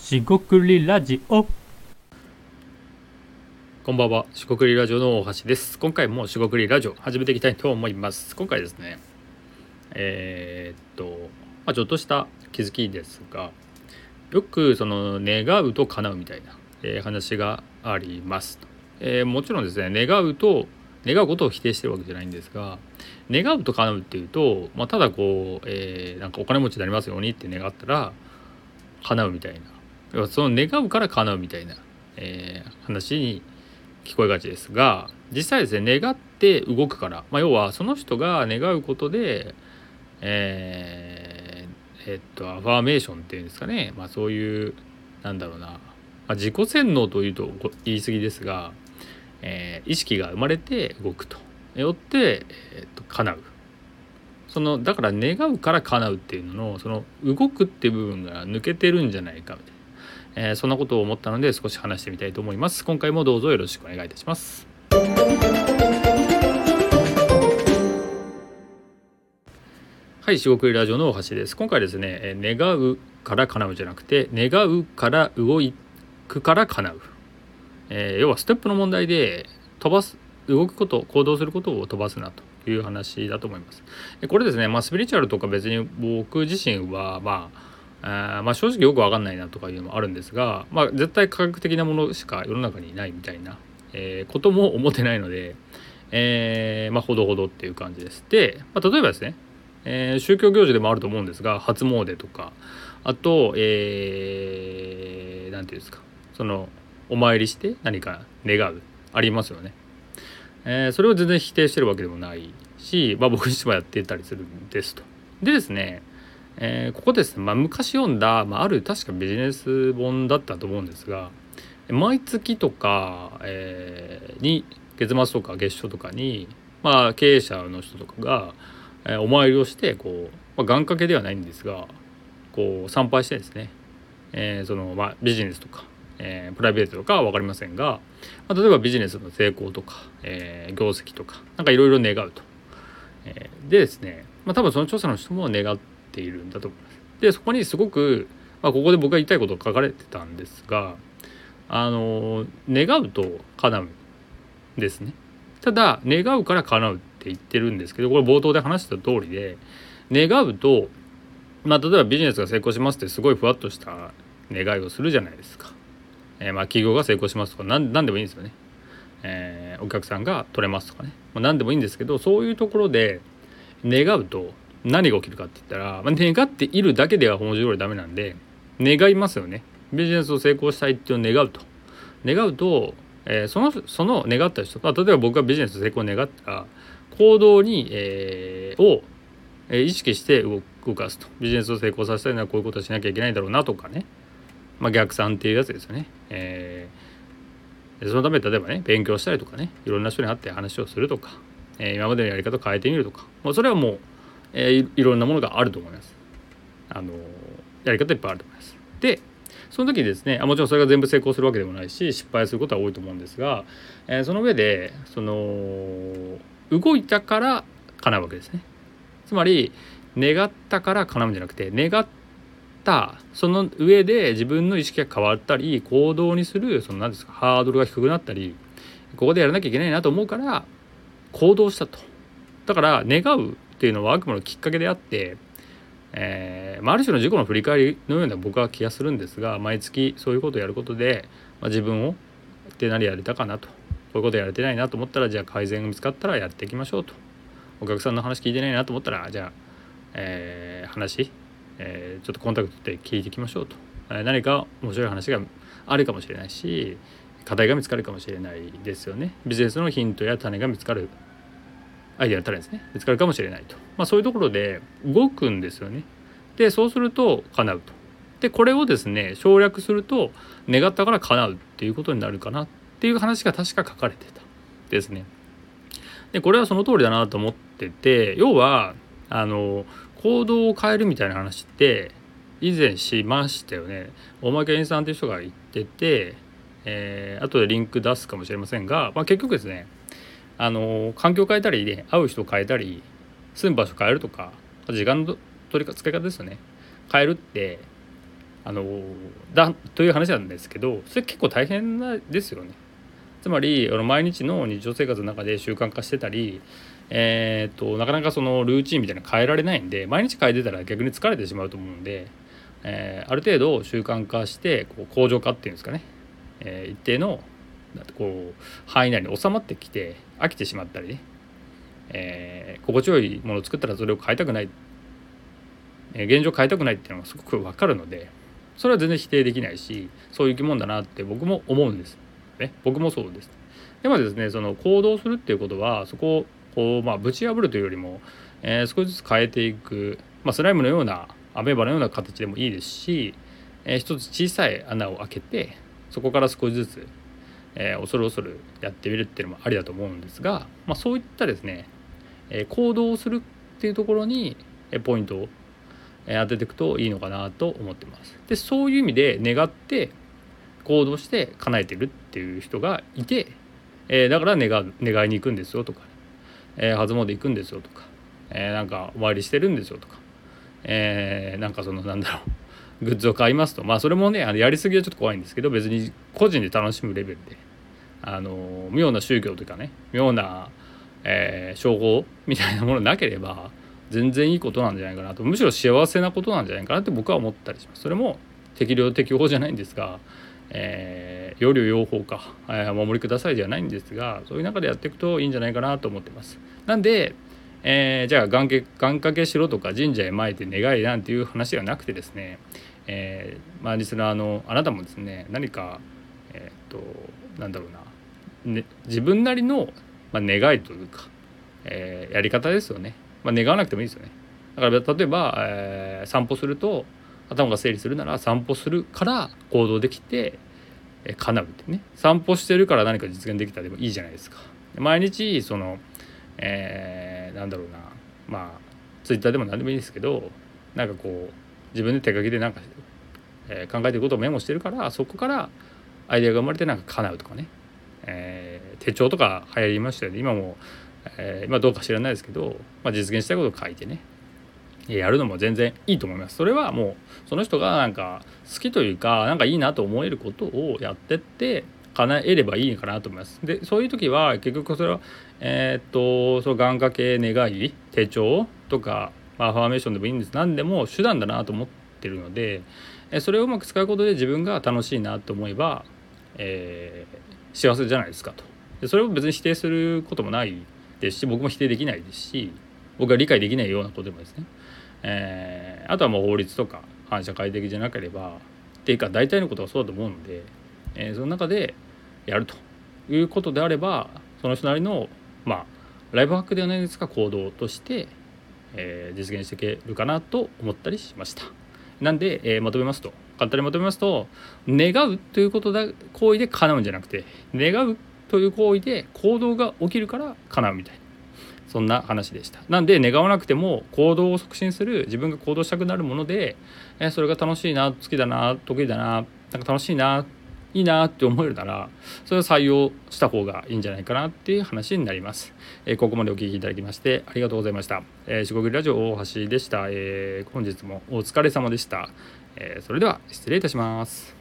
しごくりラジオ。 こんばんは、しごくりラジオの大橋です。今回もしごくりラジオ始めていきたいと思います。今回ですねちょっとした気づきですが、よくその願うと叶うみたいな、話があります。もちろんですね、願うことを否定してるわけじゃないんですが、願うと叶うっていうと、ただこう、なんかお金持ちになりますようにって願ったら叶うみたいな、要はその願うから叶うみたいな、話に聞こえがちですが、実際ですね、願って動くから、要はその人が願うことで、アファーメーションっていうんですかね、そういうなんだろうな、自己洗脳というと言い過ぎですが、意識が生まれて動くとよって、叶う。だから願うから叶うっていうののその動くっていう部分が抜けてるんじゃないかみたいな、そんなことを思ったので少し話してみたいと思います。今回もどうぞよろしくお願いいたします。はい、しごくりラジオの大橋です。今回ですね、願うから叶うじゃなくて、願うから動くから叶う、要はステップの問題で、動くこと、行動することを飛ばすなという話だと思います。これですね、スピリチュアルとか別に僕自身は正直よく分かんないなとかいうのもあるんですが、絶対科学的なものしか世の中にないみたいな、ことも思ってないので、ほどほどっていう感じです。で、例えばですね、宗教行事でもあると思うんですが、初詣とか、あと、なんていうんですか、お参りして何か願うありますよね。それを全然否定してるわけでもないし、僕自身はやっていたりするんですと。でですね、ここですね、昔読んだ、ある確かビジネス本だったと思うんですが、毎月とか、に月末とか月初とかに、経営者の人とかが、お参りをしてこう、願掛けではないんですがこう参拝してですね、ビジネスとか、プライベートとかは分かりませんが、例えばビジネスの成功とか、業績とかなんかいろいろ願うと、でですね、多分その調査の人も願っているんだと思います。でそこにすごく、ここで僕が言いたいことが書かれてたんですが、願うと叶うんですね。ただ願うから叶うって言ってるんですけど、これ冒頭で話した通りで、願うと、例えばビジネスが成功しますってすごいふわっとした願いをするじゃないですか。企業が成功しますとか何でもいいんですよね。お客さんが取れますとかね、何でもいいんですけど、そういうところで願うと何が起きるかって言ったら、願っているだけでは文字通りダメなんで、願いますよね。ビジネスを成功したいっていうのを願うと、その願った人が、例えば僕がビジネス成功を願ったら行動に、を意識して動かすと。ビジネスを成功させたいのはこういうことをしなきゃいけないだろうなとかね、逆算っていうやつですよね。そのために例えばね、勉強したりとかね、いろんな人に会って話をするとか、今までのやり方を変えてみるとか、それはもう、いろんなものがあると思います。やり方いっぱいあると思います。でその時ですね、もちろんそれが全部成功するわけでもないし、失敗することは多いと思うんですが、その上で動いたから叶うわけですね。つまり願ったから叶うんじゃなくて、願ったその上で自分の意識が変わったり、行動にする何ですか、ハードルが低くなったり、ここでやらなきゃいけないなと思うから行動したと。だから願うっていうのはあくまできっかけであって、ある種の自己の振り返りのような僕は気がするんですが、毎月そういうことをやることで、自分をで何やれたかなと、こういうことやれてないなと思ったら、じゃあ改善が見つかったらやっていきましょうと。お客さんの話聞いてないなと思ったら、じゃあ、話、ちょっとコンタクトで聞いていきましょうと。何か面白い話があるかもしれないし、課題が見つかるかもしれないですよね。ビジネスのヒントや種が見つかる、アイデアの種ですね、見つかるかもしれないと。そういうところで動くんですよね。でそうすると叶うと。でこれをですね省略すると、願ったから叶うっていうことになるかなっていう話が確か書かれてたですね。でこれはその通りだなと思ってて、要は行動を変えるみたいな話って以前しましたよね。大間健さんという人が言ってて、後でリンク出すかもしれませんが、結局ですね、環境を変えたりで、会う人を変えたり、住む場所を変えるとか、時間の使い方ですよね、変えるってという話なんですけど、それ結構大変ですよね。つまり毎日の日常生活の中で習慣化してたり、なかなかそのルーチンみたいなの変えられないんで、毎日変えてたら逆に疲れてしまうと思うんで、ある程度習慣化して向上化っていうんですかね、一定の範囲内に収まってきて飽きてしまったりね、心地よいものを作ったらそれを変えたくない、現状変えたくないっていうのがすごく分かるので、それは全然否定できないし、そういう生き物だなって僕も思うんですね。僕もそうです。でもですね、その行動するっていうことは、そこをぶち破るというよりも、少しずつ変えていく、スライムのようなアメーバのような形でもいいですし、一つ小さい穴を開けてそこから少しずつ、恐る恐るやってみるっていうのもありだと思うんですが、そういったですね、行動をするっていうところにポイントを当てていくといいのかなと思ってます。で、そういう意味で願って行動して叶えてるっていう人がいて、だから願いに行くんですよとか、初詣行くんですよとか、なんかお参りしてるんですよとか、なんかグッズを買いますと、それもねやりすぎはちょっと怖いんですけど、別に個人で楽しむレベルで、妙な宗教というかね、妙な、称号みたいなものなければ全然いいことなんじゃないかなと、むしろ幸せなことなんじゃないかなって僕は思ったりします。それも適量適法じゃないんですが、要領用法か、お守りくださいじゃないんですが、そういう中でやっていくといいんじゃないかなと思ってます。なんで、じゃあ願掛けしろとか神社へ参って願いなんていう話ではなくてですね、リスナーのあなたもですね、何かなんだろうな、自分なりの、願いというか、やり方ですよね。願わなくてもいいですよね。だから例えば、散歩すると頭が整理するなら、散歩するから行動できて叶うってね。散歩してるから何か実現できたでもいいじゃないですか。毎日その、なんだろうな、ツイッターでも何でもいいですけど、なんか自分で手書きでなんか、考えていることをメモしてるから、そこからアイデアが生まれてなんか叶うとかね、手帳とか流行りましたよね。今も、今どうか知らないですけど、実現したいことを書いてねやるのも全然いいと思います。それはもうその人がなんか好きというか、なんかいいなと思えることをやってって叶えればいいかなと思います。で、そういう時は結局それはその願掛け願い手帳とか、アファーメーションでもいいんです。何でも手段だなと思ってるので、それをうまく使うことで自分が楽しいなと思えば、幸せじゃないですかと。で、それを別に否定することもないですし、僕も否定できないですし、僕が理解できないようなことでもですね、あとはもう法律とか反社会的じゃなければっていうか、大体のことはそうだと思うので、その中でやるということであれば、その人なりのライフハックではないですが行動として、実現していけるかなと思ったりしました。なんで、簡単にまとめますと、願うという行為で叶うんじゃなくて、願うという行為で行動が起きるから叶うみたいな、そんな話でした。なんで願わなくても行動を促進する、自分が行動したくなるもので、それが楽しいな、好きだな、得意だな、なんか楽しいな、いいなって思えるなら、それを採用した方がいいんじゃないかなっていう話になります。ここまでお聞きいただきましてありがとうございました。しごぐりラジオ大橋でした。本日もお疲れ様でした。それでは失礼いたします。